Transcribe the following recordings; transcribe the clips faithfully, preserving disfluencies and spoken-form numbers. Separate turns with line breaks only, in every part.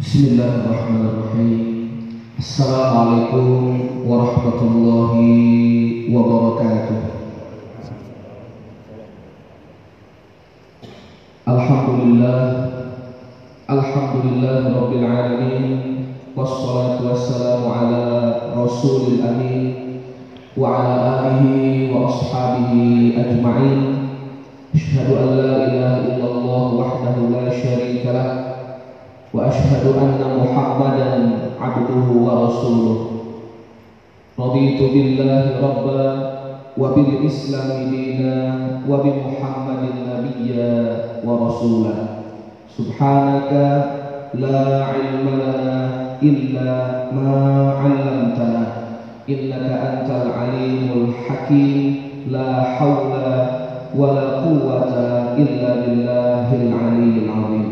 Bismillahirrahmanirrahim. Assalamualaikum warahmatullahi wabarakatuh. Alhamdulillah, Alhamdulillah Rabbil Alamin. Wassalatu wassalamu ala Rasulil Amin wa ala alihi wa ashabihi ajma'in. Asyhadu an la ilaha illallah wahdahu la syarika lah, wa asyhadu anna Muhammadan abduhu wa rasuluh. Raditu billahi rabba wa bil islami dina wa bi Muhammadin nabiyya wa rasulah. Subhanaka la ilma lana illa ma 'allamtana innaka antal alimul hakim. La haula wa la quwwata illa billahil aliyyil azim.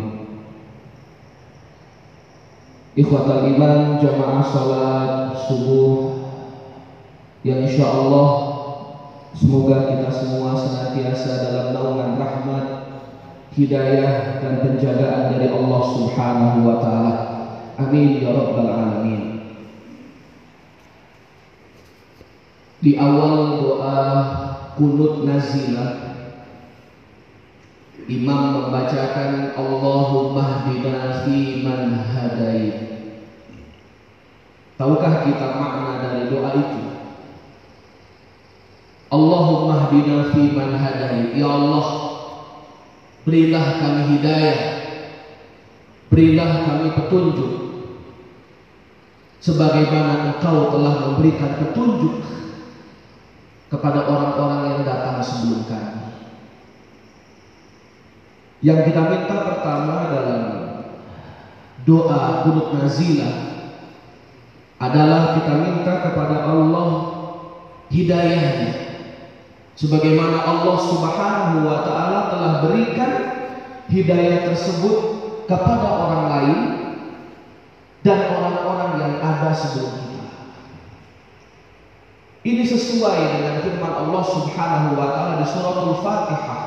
Ikhwatal iman, jamaah salat subuh yang insyaallah semoga kita semua senantiasa dalam naungan rahmat, hidayah dan penjagaan dari Allah Subhanahu wa taala. Amin ya rabbal alamin. Di awal doa qunut nazilah, Imam membacakan Allahumma hdina fi man hadait. Tahukah kita makna dari doa itu? Allahumma hdina fi man hadait. Ya Allah, berilah kami hidayah, berilah kami petunjuk sebagaimana Engkau telah memberikan petunjuk kepada orang-orang yang datang sebelum kami. Yang kita minta pertama dalam doa qunut nazilah adalah kita minta kepada Allah hidayahnya, sebagaimana Allah Subhanahu wa ta'ala telah berikan hidayah tersebut kepada orang lain dan orang-orang yang ada sebelum kita. Ini sesuai dengan firman Allah Subhanahu wa ta'ala di surah Al-Fatihah,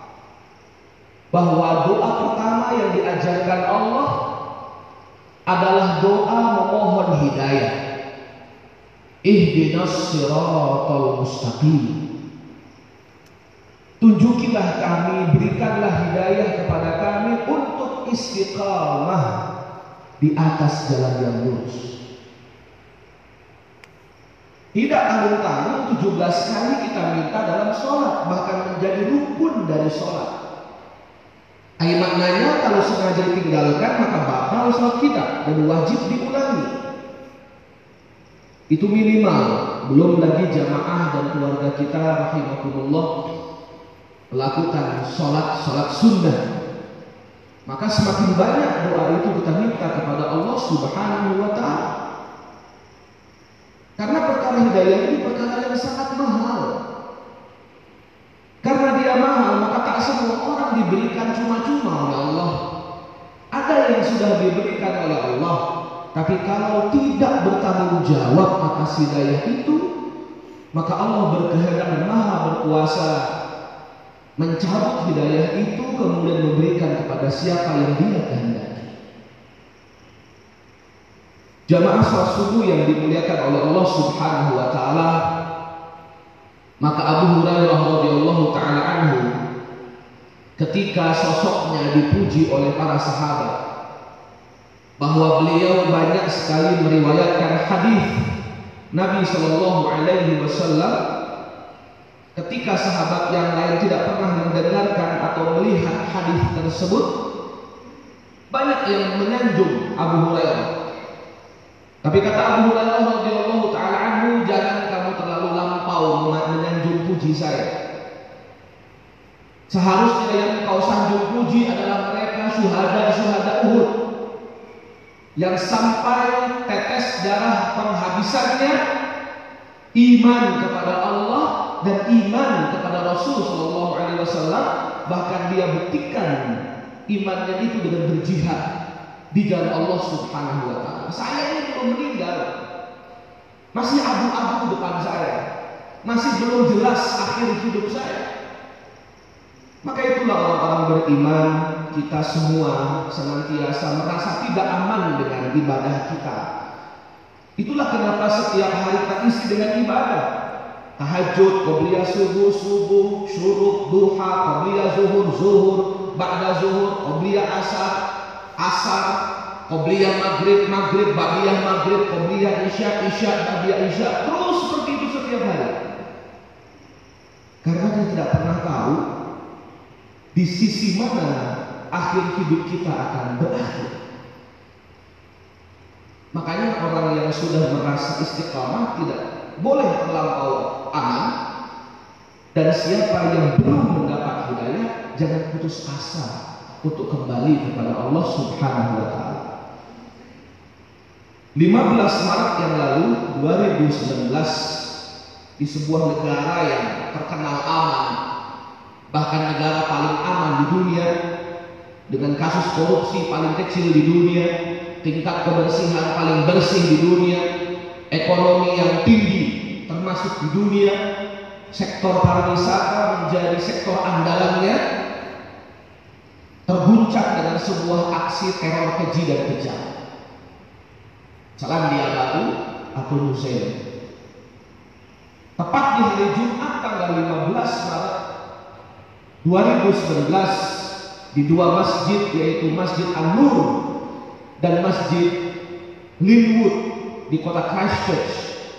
bahwa doa pertama yang diajarkan Allah adalah doa memohon hidayah. Ihdinas siratal mustaqim. Tunjukilah kami, berikanlah hidayah kepada kami untuk istiqamah di atas jalan yang lurus. Tidak tanggung-tanggung tujuh belas kali kita minta dalam sholat, bahkan menjadi rukun dari sholat. Ayat maknanya kalau sengaja ditinggalkan maka batal sholat kita dan wajib diulangi. Itu minimal. Belum lagi jamaah dan keluarga kita rahimakumullah melakukan sholat-sholat sunnah. Maka semakin banyak doa itu kita minta kepada Allah Subhanahu wa ta'ala. Karena perkara hidayah ini perkara yang sangat mahal. Karena dia mahal, maka tak semua orang diberikan cuma-cuma oleh Allah. Ada yang sudah diberikan oleh Allah, tapi kalau tidak bertanggung jawab atas hidayah itu, maka Allah berkehendak dan maha berkuasa mencabut hidayah itu, kemudian memberikan kepada siapa yang dia kehendaki. Jamaah salat subuh yang dimuliakan oleh Allah Subhanahu wa ta'ala, maka Abu Hurairah radhiyallahu taala anhu ketika sosoknya dipuji oleh para sahabat bahwa beliau banyak sekali meriwayatkan hadis Nabi sallallahu alaihi wasallam, ketika sahabat yang lain tidak pernah mendengarkan atau melihat hadis tersebut, banyak yang menyanjung Abu Hurairah. Tapi kata Abu Hurairah radhiyallahu taala anhu, jangan kamu terlalu lampau menyanjung puji saya. Seharusnya yang kau sanjung puji adalah mereka syuhada-syuhada Uhud yang sampai tetes darah penghabisannya iman kepada Allah dan iman kepada Rasul sallallahu alaihi wasallam. Bahkan dia buktikan imannya itu dengan berjihad di jalan Allah Subhanahu wa ta'ala. Saya ini belum meninggal, masih abu-abu depan saya, masih belum jelas akhir hidup saya. Maka itulah orang-orang beriman, kita semua senantiasa merasa tidak aman dengan ibadah kita. Itulah kenapa setiap hari kita isi dengan ibadah. Tahajud, qobliyah subuh, subuh, syuruk, duha, qobliyah zuhur, zuhur, ba'da zuhur, qobliyah asar, asar, qobliyah maghrib, maghrib, ba'diyah maghrib, qobliyah isya, isya, ba'diyah isya. Terus seperti itu setiap hari. Karena kita tidak pernah tahu di sisi mana akhir hidup kita akan berakhir. Makanya orang yang sudah merasa istiqamah tidak boleh terlampau aman, dan siapa yang belum mendapat hidayah jangan putus asa untuk kembali kepada Allah Subhanahu wa taala. lima belas Maret yang lalu dua ribu sembilan belas, di sebuah negara yang terkenal aman, bahkan negara paling aman di dunia, dengan kasus korupsi paling kecil di dunia, tingkat kebersihan paling bersih di dunia, ekonomi yang tinggi termasuk di dunia, sektor pariwisata menjadi sektor andalannya, terguncang dengan sebuah aksi teror keji dan kejam. Selandia Baru atau New Zealand. Tepat di hari Jumat tanggal lima belas Maret dua ribu sembilan belas, di dua masjid, yaitu Masjid An-Nur dan Masjid Linwood di kota Christchurch,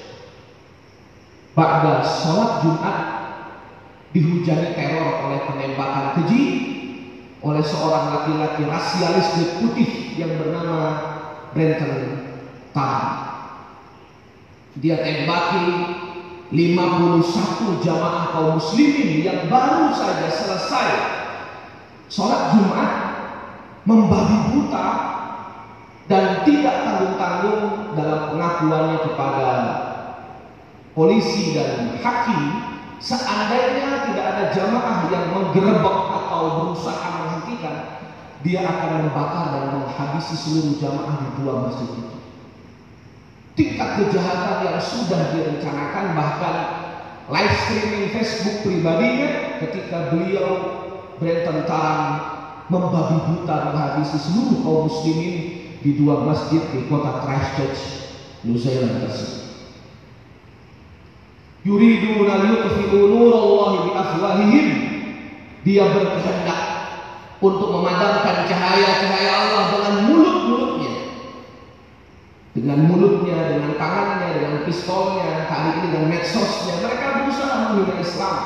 ba'da sholat Jumat dihujani teror oleh penembakan keji oleh seorang laki-laki rasialis kulit putih yang bernama Brenton Tarrant. Dia tembaki lima puluh satu jamaah kaum muslimin yang baru saja selesai sholat Jumat, membabi buta dan tidak tanggung-tanggung dalam pengakuannya kepada polisi dan hakim. Seandainya tidak ada jamaah yang menggerebek atau berusaha menghentikan, dia akan membakar dan menghabisi seluruh jamaah di dua masjid itu. Tingkat kejahatan yang sudah direncanakan, bahkan live streaming Facebook pribadinya ketika beliau Brenton Tarrant membabi buta menghabisi seluruh kaum muslimin di dua masjid di kota Christchurch, New Zealand tersebut. Yuriduna liyutfi'u nurallahi bi afwahihim. Dia berkehendak untuk memadamkan cahaya-cahaya Allah dengan mulut-mulutnya. Dengan mulutnya, dengan tangannya, dengan pistolnya, kali ini dengan medsosnya, mereka berusaha menghina Islam.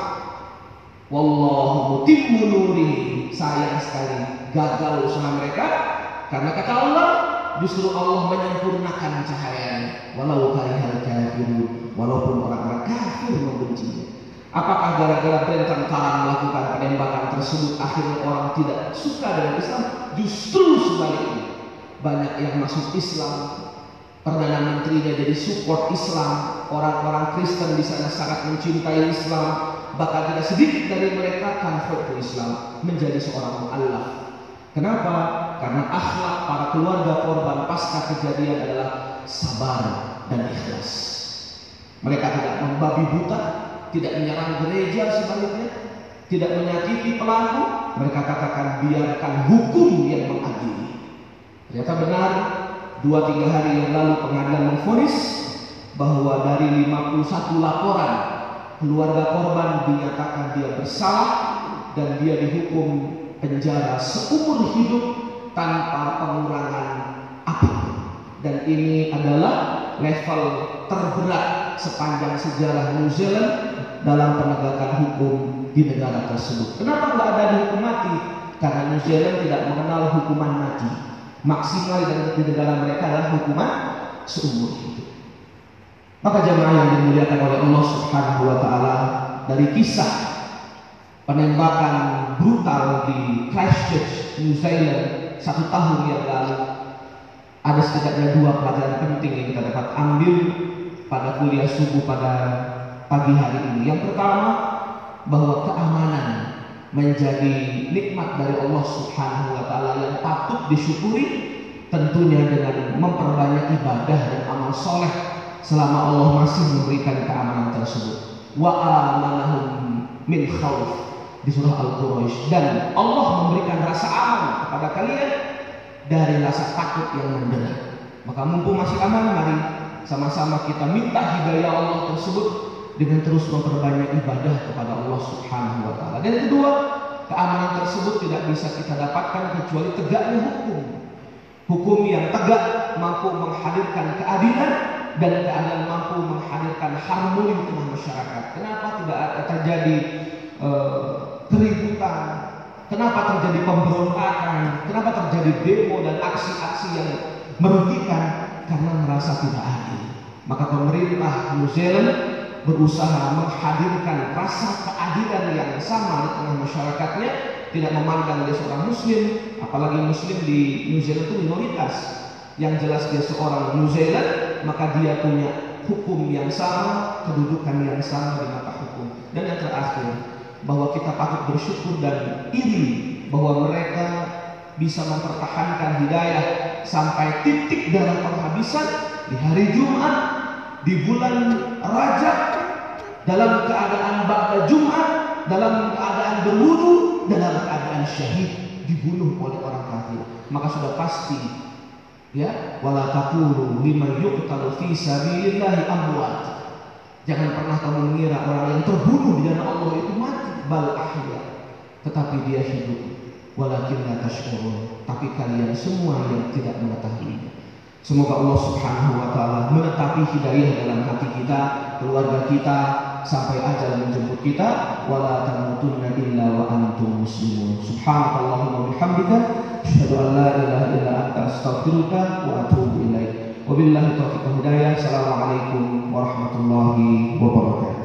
Wallahu mutimmu nurihi. Sayang sekali gagal usaha mereka, karena kata Allah, justru Allah menyempurnakan cahayanya. Walau karihal kafirun, walaupun orang-orang kafir membencinya. Apakah gara-gara Brenton Tarrant melakukan penembakan tersebut akhirnya orang tidak suka dengan Islam? Justru sebaliknya, banyak yang masuk Islam. Perdana Menterinya jadi support Islam. Orang-orang Kristen di sana sangat mencintai Islam. Bahkan tidak sedikit dari mereka convert ke Islam, menjadi seorang mu'allaf. Kenapa? Karena akhlak para keluarga korban pasca kejadian adalah sabar dan ikhlas. Mereka tidak membabi buta, tidak menyerang gereja, sebaliknya tidak menyakiti pelaku. Mereka katakan biarkan hukum yang mengadili. Ternyata benar, dua tiga hari yang lalu pengadilan memvonis bahwa dari lima puluh satu laporan, keluarga korban dinyatakan dia bersalah dan dia dihukum penjara seumur hidup tanpa pengurangan apapun. Dan ini adalah level terberat sepanjang sejarah New Zealand dalam penegakan hukum di negara tersebut. Kenapa nggak ada dihukum mati? Karena New Zealand tidak mengenal hukuman mati. Maksimal di negara mereka adalah hukuman seumur hidup. Maka jemaah yang dimuliakan oleh Allah Subhanahu wa taala, dari kisah penembakan brutal di Christchurch, New Zealand satu tahun yang lalu, ada setidaknya dua pelajaran penting yang kita dapat ambil pada kuliah subuh pada pagi hari ini. Yang pertama, bahwa keamanan menjadi nikmat dari Allah Subhanahu wa taala yang patut disyukuri, tentunya dengan memperbanyak ibadah dan amal soleh selama Allah masih memberikan keamanan tersebut. Wa amanahum min khauf, di surah Al-Quraisy, dan Allah memberikan rasa aman kepada kalian dari rasa takut yang mendera. Maka mumpung masih aman, mari sama-sama kita minta hidayah Allah tersebut dengan terus memperbanyak ibadah kepada Allah Subhanahu wa taala. Dan kedua, keamanan tersebut tidak bisa kita dapatkan kecuali tegaknya hukum. Hukum yang tegak mampu menghadirkan keadilan, dan keadilan mampu menghadirkan harmoni di tengah masyarakat. Kenapa tidak terjadi uh, keributan? Kenapa terjadi pemberontakan? Kenapa terjadi demo dan aksi-aksi yang merugikan? Karena merasa tidak adil. Maka pemerintah New Zealand berusaha menghadirkan rasa keadilan yang sama di tengah masyarakatnya, tidak memandang dia seorang muslim, apalagi muslim di New Zealand itu minoritas. Yang jelas dia seorang New Zealand, maka dia punya hukum yang sama, kedudukan yang sama di mata hukum. Dan yang terakhir, bahwa kita patut bersyukur dan iri bahwa mereka bisa mempertahankan hidayah sampai titik darah penghabisan di hari Jumat, di bulan Rajab, dalam keadaan ba'da Jumat, dalam keadaan berwudu, dalam keadaan syahid, dibunuh oleh orang kafir. Maka sudah pasti, ya, wala taqulu liman yuqtalu fi sabilillahi amwat. Jangan pernah kamu mengira orang yang terbunuh di jalan Allah itu mati, bal ahya, tetapi dia hidup. Walakin la tashkurun, tapi kalian semua yang tidak mengetahui. Semoga Allah Subhanahu wa taala menetapi hidayah dalam hati kita, keluarga kita, sampai ajal menjemput kita. Wala tamutunna illa wa antum muslimun. Subhanakallahumma wa bihamdika, asyhadu an la ilaha illa anta, astaghfiruka wa atubu ilaik. Wabillahi taufiq wal hidayah. Assalamualaikum warahmatullahi wabarakatuh.